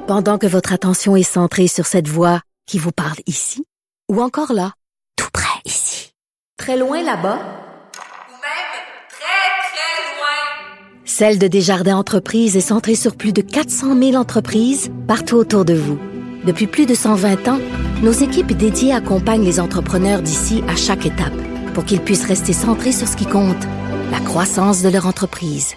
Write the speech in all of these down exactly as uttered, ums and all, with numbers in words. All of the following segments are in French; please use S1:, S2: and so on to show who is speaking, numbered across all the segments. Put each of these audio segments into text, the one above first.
S1: Pendant que votre attention est centrée sur cette voix qui vous parle ici, ou encore là, tout près ici, très loin là-bas,
S2: ou même très, très loin.
S1: Celle de Desjardins Entreprises est centrée sur plus de quatre cent mille entreprises partout autour de vous. Depuis plus de cent vingt ans, nos équipes dédiées accompagnent les entrepreneurs d'ici à chaque étape pour qu'ils puissent rester centrés sur ce qui compte, la croissance de leur entreprise.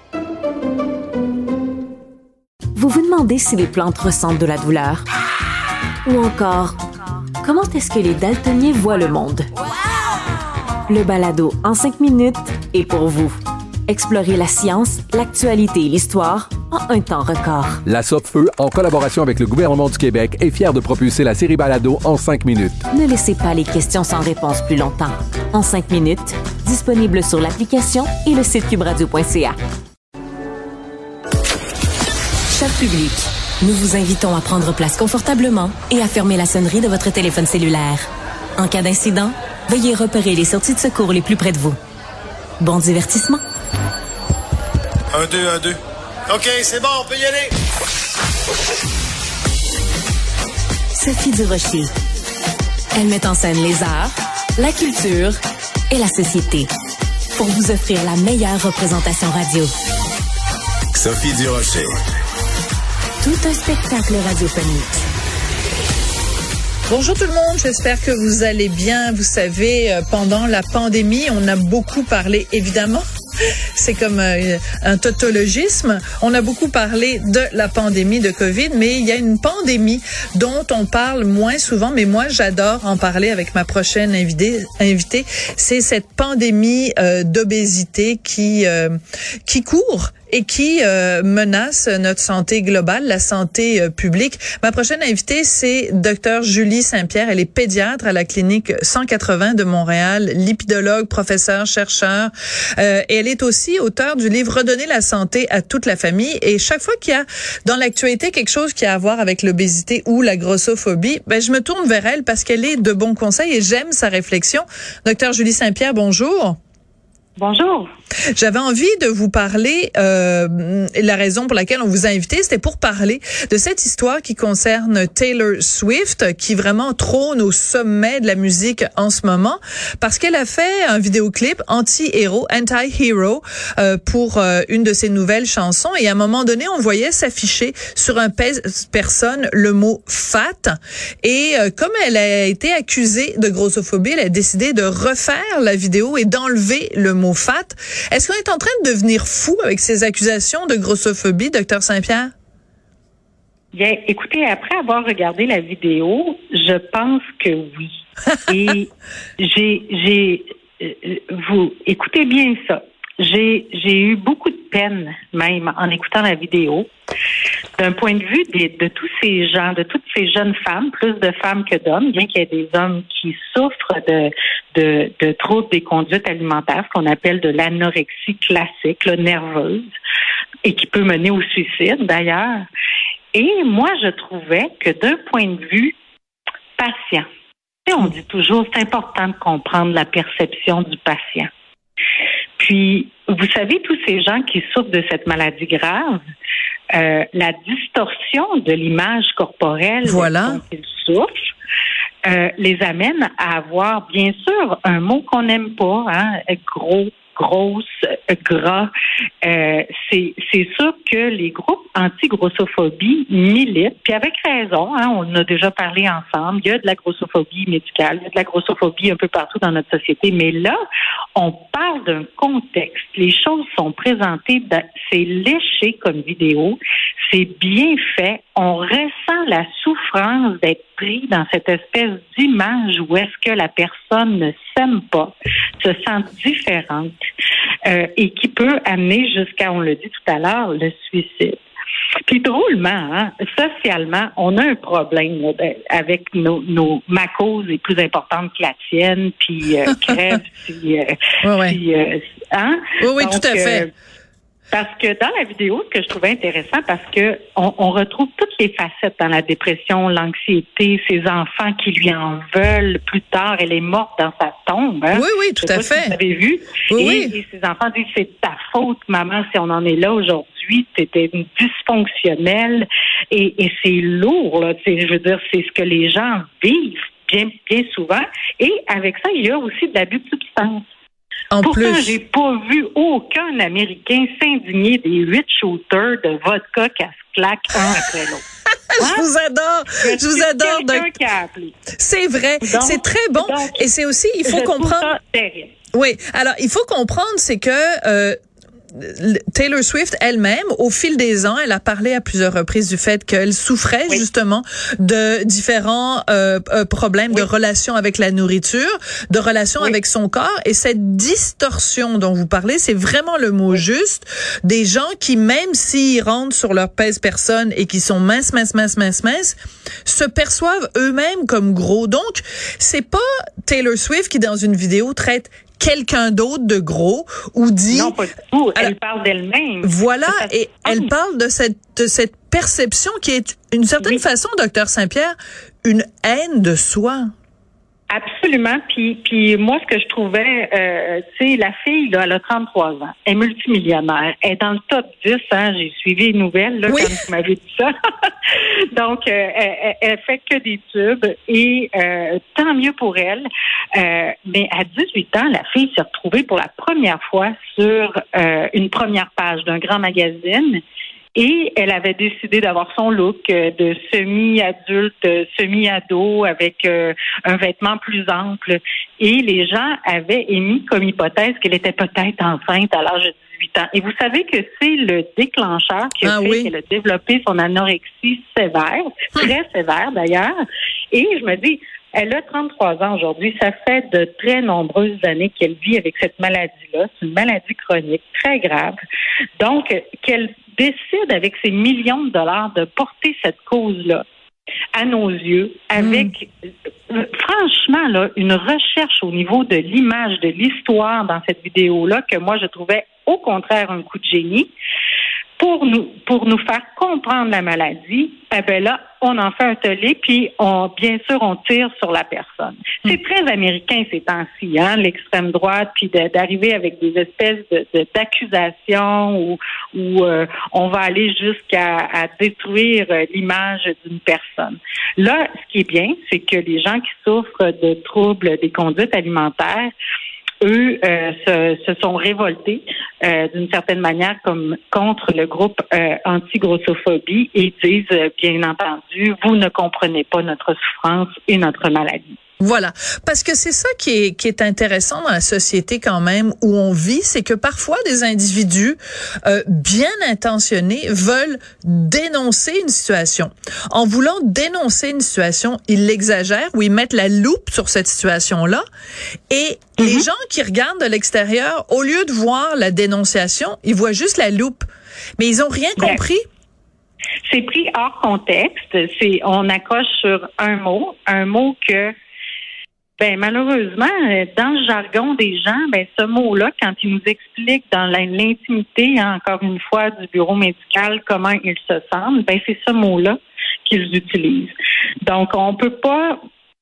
S3: Vous vous demandez si les plantes ressentent de la douleur? Ou encore, comment est-ce que les daltoniens voient le monde? Le balado en cinq minutes est pour vous. Explorez la science, l'actualité et l'histoire en un temps record.
S4: La Sopfeu, en collaboration avec le gouvernement du Québec, est fière de propulser la série balado en cinq minutes.
S3: Ne laissez pas les questions sans réponse plus longtemps. En cinq minutes, disponible sur l'application et le site cube radio point c a. Cher public, nous vous invitons à prendre place confortablement et à fermer la sonnerie de votre téléphone cellulaire. En cas d'incident, veuillez repérer les sorties de secours les plus près de vous. Bon divertissement.
S5: Un, deux, un, deux. OK, c'est bon, on peut y aller.
S3: Sophie Durocher. Elle met en scène les arts, la culture et la société pour vous offrir la meilleure représentation radio.
S5: Sophie Durocher.
S3: Tout un spectacle radiophonique.
S6: Bonjour tout le monde, j'espère que vous allez bien. Vous savez, pendant la pandémie, on a beaucoup parlé, évidemment, c'est comme euh, un tautologisme. On a beaucoup parlé de la pandémie de COVID, mais il y a une pandémie dont on parle moins souvent, mais moi j'adore en parler avec ma prochaine invitée. invitée. C'est cette pandémie euh, d'obésité qui euh, qui court et qui euh, menace notre santé globale, la santé euh, publique. Ma prochaine invitée, c'est Dr Julie Saint-Pierre. Elle est pédiatre à la clinique cent quatre-vingts de Montréal, lipidologue, professeure, chercheur. Euh, et elle est aussi auteure du livre Redonner la santé à toute la famille. Et chaque fois qu'il y a dans l'actualité quelque chose qui a à voir avec l'obésité ou la grossophobie, ben je me tourne vers elle parce qu'elle est de bons conseils et j'aime sa réflexion. Dr Julie Saint-Pierre, bonjour.
S7: Bonjour.
S6: J'avais envie de vous parler, euh, la raison pour laquelle on vous a invité, c'était pour parler de cette histoire qui concerne Taylor Swift, qui vraiment trône au sommet de la musique en ce moment, parce qu'elle a fait un vidéoclip anti-héros, anti-hero, euh, pour euh, une de ses nouvelles chansons, et à un moment donné, on voyait s'afficher sur un pèse personne le mot « fat », et euh, comme elle a été accusée de grossophobie, elle a décidé de refaire la vidéo et d'enlever le mot « fat ». Est-ce qu'on est en train de devenir fou avec ces accusations de grossophobie, docteur Saint-Pierre?
S7: Bien, écoutez, après avoir regardé la vidéo, je pense que oui. Et j'ai, j'ai, euh, vous écoutez bien ça. J'ai, j'ai eu beaucoup de peine, même en écoutant la vidéo, d'un point de vue de, de tous ces gens, de toutes ces jeunes femmes, plus de femmes que d'hommes, bien qu'il y ait des hommes qui souffrent de, de, de troubles des conduites alimentaires, ce qu'on appelle de l'anorexie classique, là, nerveuse, et qui peut mener au suicide d'ailleurs. Et moi, je trouvais que d'un point de vue patient, et on dit toujours, c'est important de comprendre la perception du patient. Puis, vous savez, tous ces gens qui souffrent de cette maladie grave, euh, la distorsion de l'image corporelle
S6: voilà.
S7: dont ils souffrent euh, les amène à avoir, bien sûr, un mot qu'on n'aime pas, hein, gros, grosse, gras. Euh, c'est, c'est sûr que les groupes anti-grossophobie militent, puis avec raison, hein, on en a déjà parlé ensemble, il y a de la grossophobie médicale, il y a de la grossophobie un peu partout dans notre société, mais là, on parle d'un contexte. Les choses sont présentées, c'est léché comme vidéo, c'est bien fait, on ressent la souffrance d'être pris dans cette espèce d'image où est-ce que la personne ne s'aime pas, se sent différente euh, et qui peut amener jusqu'à, on l'a dit tout à l'heure, le suicide. Puis drôlement, hein, socialement, on a un problème là, avec nos, nos ma cause est plus importante que la tienne, puis euh, crève, puis, euh,
S6: ouais, ouais.
S7: puis euh, hein.
S6: Oui, oui,
S7: Donc,
S6: tout à fait.
S7: Euh, Parce que dans la vidéo, ce que je trouvais intéressant, parce que on, on retrouve toutes les facettes dans la dépression, l'anxiété, ses enfants qui lui en veulent plus tard. Elle est morte dans sa tombe. Hein?
S6: Oui, oui, tout à fait.
S7: Si vous avez vu.
S6: Oui,
S7: et,
S6: oui.
S7: et ses enfants disent, c'est ta faute, maman, si on en est là aujourd'hui. C'était une dysfonctionnelle. Et, et c'est lourd, là. Je veux dire, c'est ce que les gens vivent bien, bien souvent. Et avec ça, il y a aussi de l'abus de substance.
S6: En
S7: Pourtant,
S6: plus,
S7: j'ai pas vu aucun Américain s'indigner des huit shooters de vodka qui se claquent un après l'autre.
S6: je hein? vous adore, je, je vous adore.
S7: Donc,
S6: c'est vrai, donc, c'est très bon. Donc, et c'est aussi, il faut comprendre. Oui, alors il faut comprendre, c'est que euh, Taylor Swift elle-même, au fil des ans, elle a parlé à plusieurs reprises du fait qu'elle souffrait oui. justement de différents euh, euh, problèmes oui. de relations avec la nourriture, de relations oui. avec son corps. Et cette distorsion dont vous parlez, c'est vraiment le mot oui. juste. Des gens qui, même s'ils rentrent sur leur pèse-personne et qui sont minces, minces, minces, minces, minces, se perçoivent eux-mêmes comme gros. Donc, c'est pas Taylor Swift qui, dans une vidéo, traite quelqu'un d'autre de gros ou dit...
S7: Non, pas du tout. Elle alors, parle d'elle-même.
S6: Voilà, et elle parle de cette, de cette perception qui est, d'une certaine oui. façon, docteur Saint-Pierre, une haine de soi.
S7: Absolument. Puis, puis moi, ce que je trouvais, euh, tu sais, la fille, là, elle a trente-trois ans. Elle est multimillionnaire. Elle est dans le top dix. Hein, j'ai suivi les nouvelles là, oui. quand vous m'avez dit ça. Donc, euh, elle, elle fait que des tubes et euh, tant mieux pour elle. Euh, mais à dix-huit ans, la fille s'est retrouvée pour la première fois sur euh, une première page d'un grand magazine. Et elle avait décidé d'avoir son look de semi-adulte, semi-ado, avec euh, un vêtement plus ample. Et les gens avaient émis comme hypothèse qu'elle était peut-être enceinte à l'âge de dix-huit ans. Et vous savez que c'est le déclencheur qui a ah, fait oui. qu'elle a développé son anorexie sévère, très sévère d'ailleurs. Et je me dis... Elle a trente-trois ans aujourd'hui. Ça fait de très nombreuses années qu'elle vit avec cette maladie-là. C'est une maladie chronique très grave. Donc, qu'elle décide avec ses millions de dollars de porter cette cause-là à nos yeux, avec mmh. franchement là une recherche au niveau de l'image, de l'histoire dans cette vidéo-là que moi je trouvais au contraire un coup de génie. Pour nous, pour nous faire comprendre la maladie, eh ben là, on en fait un tollé, puis on, bien sûr, on tire sur la personne. C'est très américain ces temps-ci, hein, l'extrême droite, puis de, d'arriver avec des espèces de, de, d'accusations où, où euh, on va aller jusqu'à à détruire l'image d'une personne. Là, ce qui est bien, c'est que les gens qui souffrent de troubles des conduites alimentaires, eux euh, se, se sont révoltés euh, d'une certaine manière comme contre le groupe euh, anti-grossophobie et disent euh, bien entendu, vous ne comprenez pas notre souffrance et notre maladie.
S6: Voilà, parce que c'est ça qui est qui est intéressant dans la société quand même où on vit, c'est que parfois des individus euh, bien intentionnés veulent dénoncer une situation. En voulant dénoncer une situation, ils l'exagèrent ou ils mettent la loupe sur cette situation-là et mm-hmm. les gens qui regardent de l'extérieur, au lieu de voir la dénonciation, ils voient juste la loupe. Mais ils ont rien ben. compris.
S7: C'est pris hors contexte, c'est on accroche sur un mot, un mot que Ben malheureusement, dans le jargon des gens, ben ce mot-là, quand ils nous expliquent dans l'intimité, hein, encore une fois, du bureau médical, comment ils se sentent, ben c'est ce mot-là qu'ils utilisent. Donc, on peut pas,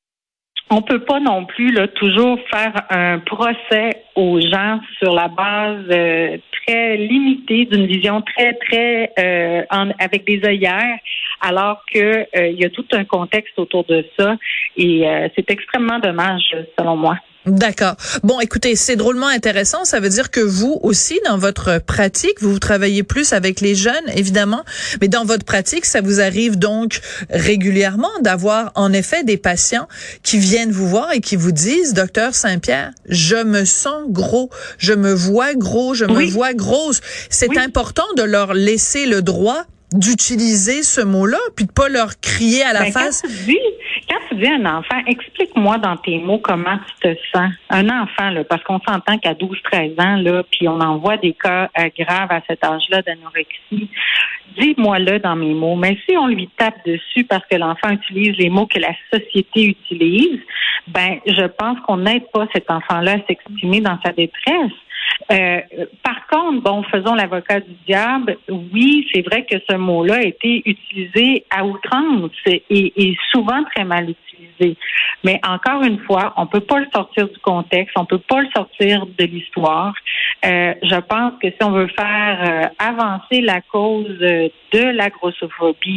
S7: on peut pas non plus là toujours faire un procès aux gens sur la base euh, très limitée d'une vision très très euh, en, avec des œillères. Alors que euh, il y a tout un contexte autour de ça et euh, c'est extrêmement dommage selon moi.
S6: D'accord. Bon, écoutez, c'est drôlement intéressant. Ça veut dire que vous aussi, dans votre pratique, vous, vous travaillez plus avec les jeunes, évidemment, mais dans votre pratique, ça vous arrive donc régulièrement d'avoir en effet des patients qui viennent vous voir et qui vous disent, docteur Saint-Pierre, je me sens gros, je me vois gros, je oui. me vois grosse. C'est oui. important de leur laisser le droit d'utiliser ce mot-là, puis de pas leur crier à la ben, face.
S7: Quand tu dis, quand tu dis à un enfant, explique-moi dans tes mots comment tu te sens. Un enfant, là, parce qu'on s'entend qu'à douze treize ans, là, puis on en voit des cas euh, graves à cet âge-là d'anorexie. Dis-moi-le dans mes mots. Mais si on lui tape dessus parce que l'enfant utilise les mots que la société utilise, ben, je pense qu'on n'aide pas cet enfant-là à s'exprimer dans sa détresse. Euh, par contre, bon, faisons l'avocat du diable. Oui, c'est vrai que ce mot-là a été utilisé à outrance et, et souvent très mal utilisé. Mais encore une fois, on peut pas le sortir du contexte, on peut pas le sortir de l'histoire. Euh, je pense que si on veut faire euh, avancer la cause de la grossophobie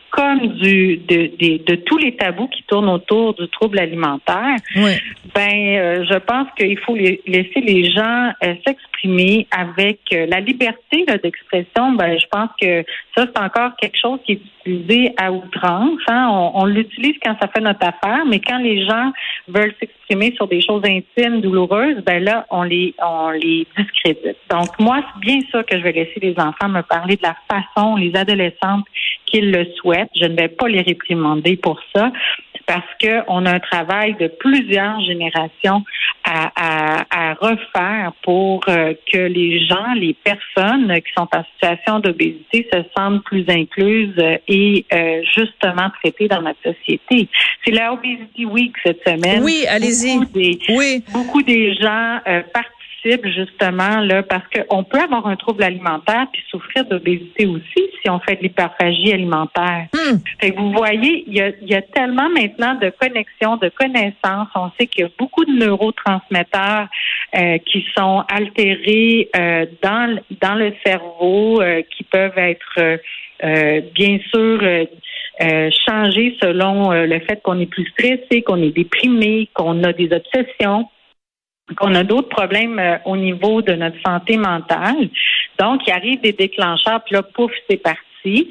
S7: comme du de, de, de tous les tabous qui tournent autour du trouble alimentaire,
S6: oui.
S7: ben euh, je pense qu'il faut les, laisser les gens euh, s'exprimer avec euh, la liberté là, d'expression. Ben je pense que ça c'est encore quelque chose qui est utilisé à outrance. Hein? On, on l'utilise quand ça fait notre affaire, mais quand les gens veulent s'exprimer sur des choses intimes, douloureuses, ben là on les on les discrédite. Donc moi c'est bien ça que je vais laisser les enfants me parler de la façon, les adolescentes qu'ils le souhaitent. Je ne vais pas les réprimander pour ça parce que on a un travail de plusieurs générations à, à, à refaire pour euh, que les gens, les personnes qui sont en situation d'obésité se sentent plus incluses et euh, justement traitées dans notre société. C'est la Obesity Week cette semaine.
S6: Oui, allez-y.
S7: Beaucoup des,
S6: oui.
S7: beaucoup des gens euh, participent justement là parce qu'on peut avoir un trouble alimentaire puis souffrir d'obésité aussi si on fait de l'hyperphagie alimentaire.
S6: Mm.
S7: Fait que vous voyez, il y a, il y a tellement maintenant de connexions, de connaissances. On sait qu'il y a beaucoup de neurotransmetteurs euh, qui sont altérés euh, dans dans le cerveau, euh, qui peuvent être euh, euh, bien sûr euh, euh, changés selon euh, le fait qu'on est plus stressé, qu'on est déprimé, qu'on a des obsessions, qu'on a d'autres problèmes euh, au niveau de notre santé mentale. Donc, il arrive des déclencheurs, puis là, pouf, c'est parti.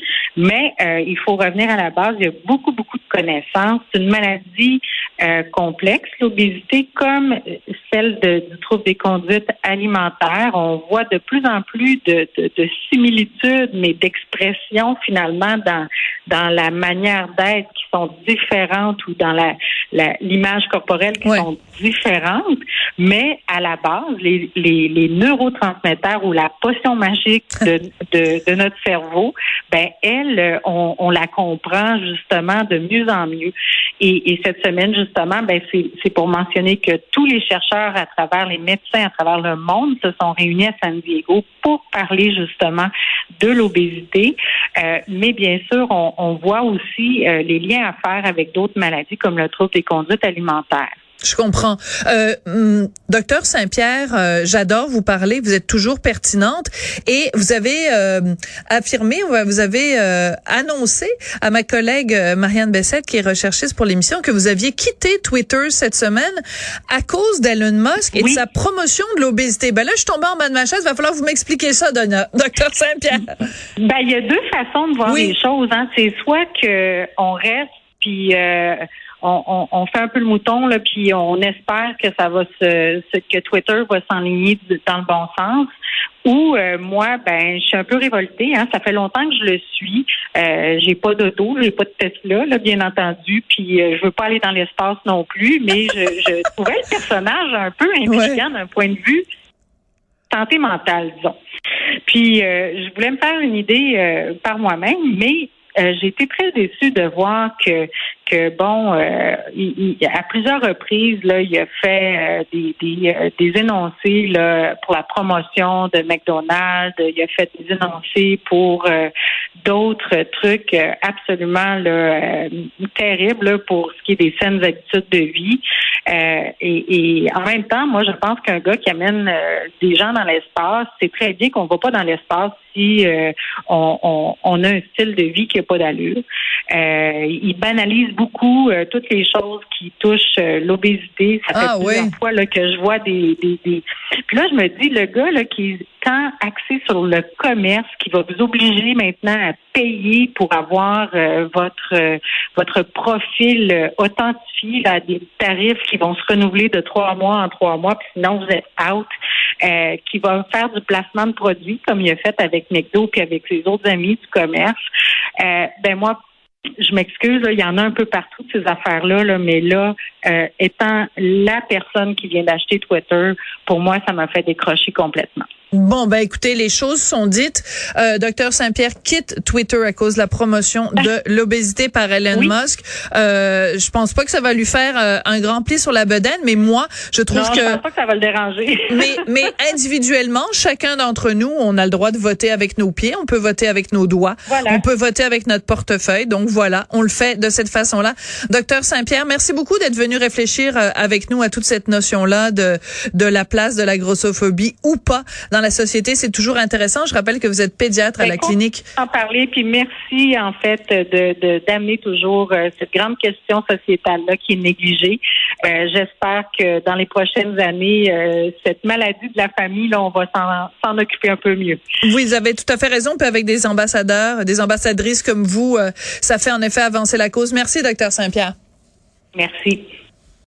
S7: Mais euh, il faut revenir à la base. Il y a beaucoup, beaucoup de connaissances. C'est une maladie euh, complexe, l'obésité, comme celle de, du trouble des conduites alimentaires. On voit de plus en plus de, de, de similitudes, mais d'expressions finalement dans dans la manière d'être qui sont différentes ou dans la, la l'image corporelle qui
S6: ouais. sont
S7: différentes. Mais à la base, les, les, les neurotransmetteurs ou la potion magique de, de, de notre cerveau, ben elle, on, on la comprend justement de mieux en mieux. Et, et cette semaine, justement, ben c'est, c'est pour mentionner que tous les chercheurs à travers les médecins à travers le monde se sont réunis à San Diego pour parler justement de l'obésité. Euh, mais bien sûr, on, on voit aussi euh, les liens à faire avec d'autres maladies comme le trouble des conduites alimentaires.
S6: Je comprends. Euh, hum, Docteur Saint-Pierre, euh, j'adore vous parler. Vous êtes toujours pertinente et vous avez euh, affirmé, vous avez euh, annoncé à ma collègue euh, Marianne Bessette, qui est recherchiste pour l'émission, que vous aviez quitté Twitter cette semaine à cause d'Elon Musk et oui. de sa promotion de l'obésité. Ben là, je suis tombée en bas de ma chaise. Il va falloir que vous m'expliquiez ça, Docteur Saint-Pierre.
S7: Ben, il y a deux façons de voir
S6: oui.
S7: les choses. Hein. C'est soit que on reste puis euh, On, on, on fait un peu le mouton, là, puis on espère que ça va se, se que Twitter va s'enligner dans le bon sens. Ou euh, moi, ben, je suis un peu révoltée. Hein, ça fait longtemps que je le suis. Euh, j'ai pas d'auto, j'ai pas de Tesla, là, bien entendu. Puis euh, je veux pas aller dans l'espace non plus. Mais je, je trouvais le personnage un peu intriguant ouais. d'un point de vue santé mentale, disons. Puis euh, je voulais me faire une idée euh, par moi-même, mais Euh, j'ai été très déçue de voir que que bon, euh, il, il, à plusieurs reprises là, il a fait euh, des des, euh, des énoncés là pour la promotion de McDonald's. Il a fait des énoncés pour euh, d'autres trucs euh, absolument là, euh, terribles là, pour ce qui est des saines habitudes de vie. Euh, et, et en même temps, moi, je pense qu'un gars qui amène euh, des gens dans l'espace, c'est très bien qu'on ne va pas dans l'espace si euh, on, on, on a un style de vie qui n'a pas d'allure. Euh, il banalise beaucoup euh, toutes les choses qui touchent euh, l'obésité. Ça fait ah, plusieurs oui. fois là, que je vois des, des, des... Puis là, je me dis, le gars là, qui est tant axé sur le commerce, qui va vous obliger maintenant à payer pour avoir euh, votre euh, votre profil euh, authentifié à des tarifs qui vont se renouveler de trois mois en trois mois, puis sinon vous êtes out, euh, qui va faire du placement de produits comme il a fait avec McDo puis avec ses autres amis du commerce. Euh, ben moi, je m'excuse, là, il y en a un peu partout de ces affaires-là, là, mais là, euh, étant la personne qui vient d'acheter Twitter, pour moi, ça m'a fait décrocher complètement.
S6: Bon, ben écoutez, les choses sont dites. Euh, Docteur Saint-Pierre quitte Twitter à cause de la promotion de l'obésité par Elon oui. Musk. Euh, je pense pas que ça va lui faire euh, un grand pli sur la bedaine, mais moi, je trouve
S7: non,
S6: que...
S7: je pense pas que ça va le déranger.
S6: mais, mais individuellement, chacun d'entre nous, on a le droit de voter avec nos pieds, on peut voter avec nos doigts, voilà. on peut voter avec notre portefeuille. Donc voilà, on le fait de cette façon-là. Docteur Saint-Pierre, merci beaucoup d'être venu réfléchir euh, avec nous à toute cette notion-là de, de la place de la grossophobie ou pas dans dans la société. C'est toujours intéressant. Je rappelle que vous êtes pédiatre à la clinique.
S7: En parler, puis merci en fait de, de d'amener toujours euh, cette grande question sociétale-là qui est négligée. Euh, j'espère que dans les prochaines années, euh, cette maladie de la famille, là, on va s'en, s'en occuper un peu mieux.
S6: Oui, vous avez tout à fait raison. Puis avec des ambassadeurs, des ambassadrices comme vous, euh, ça fait en effet avancer la cause. Merci, docteur Saint-Pierre.
S7: Merci.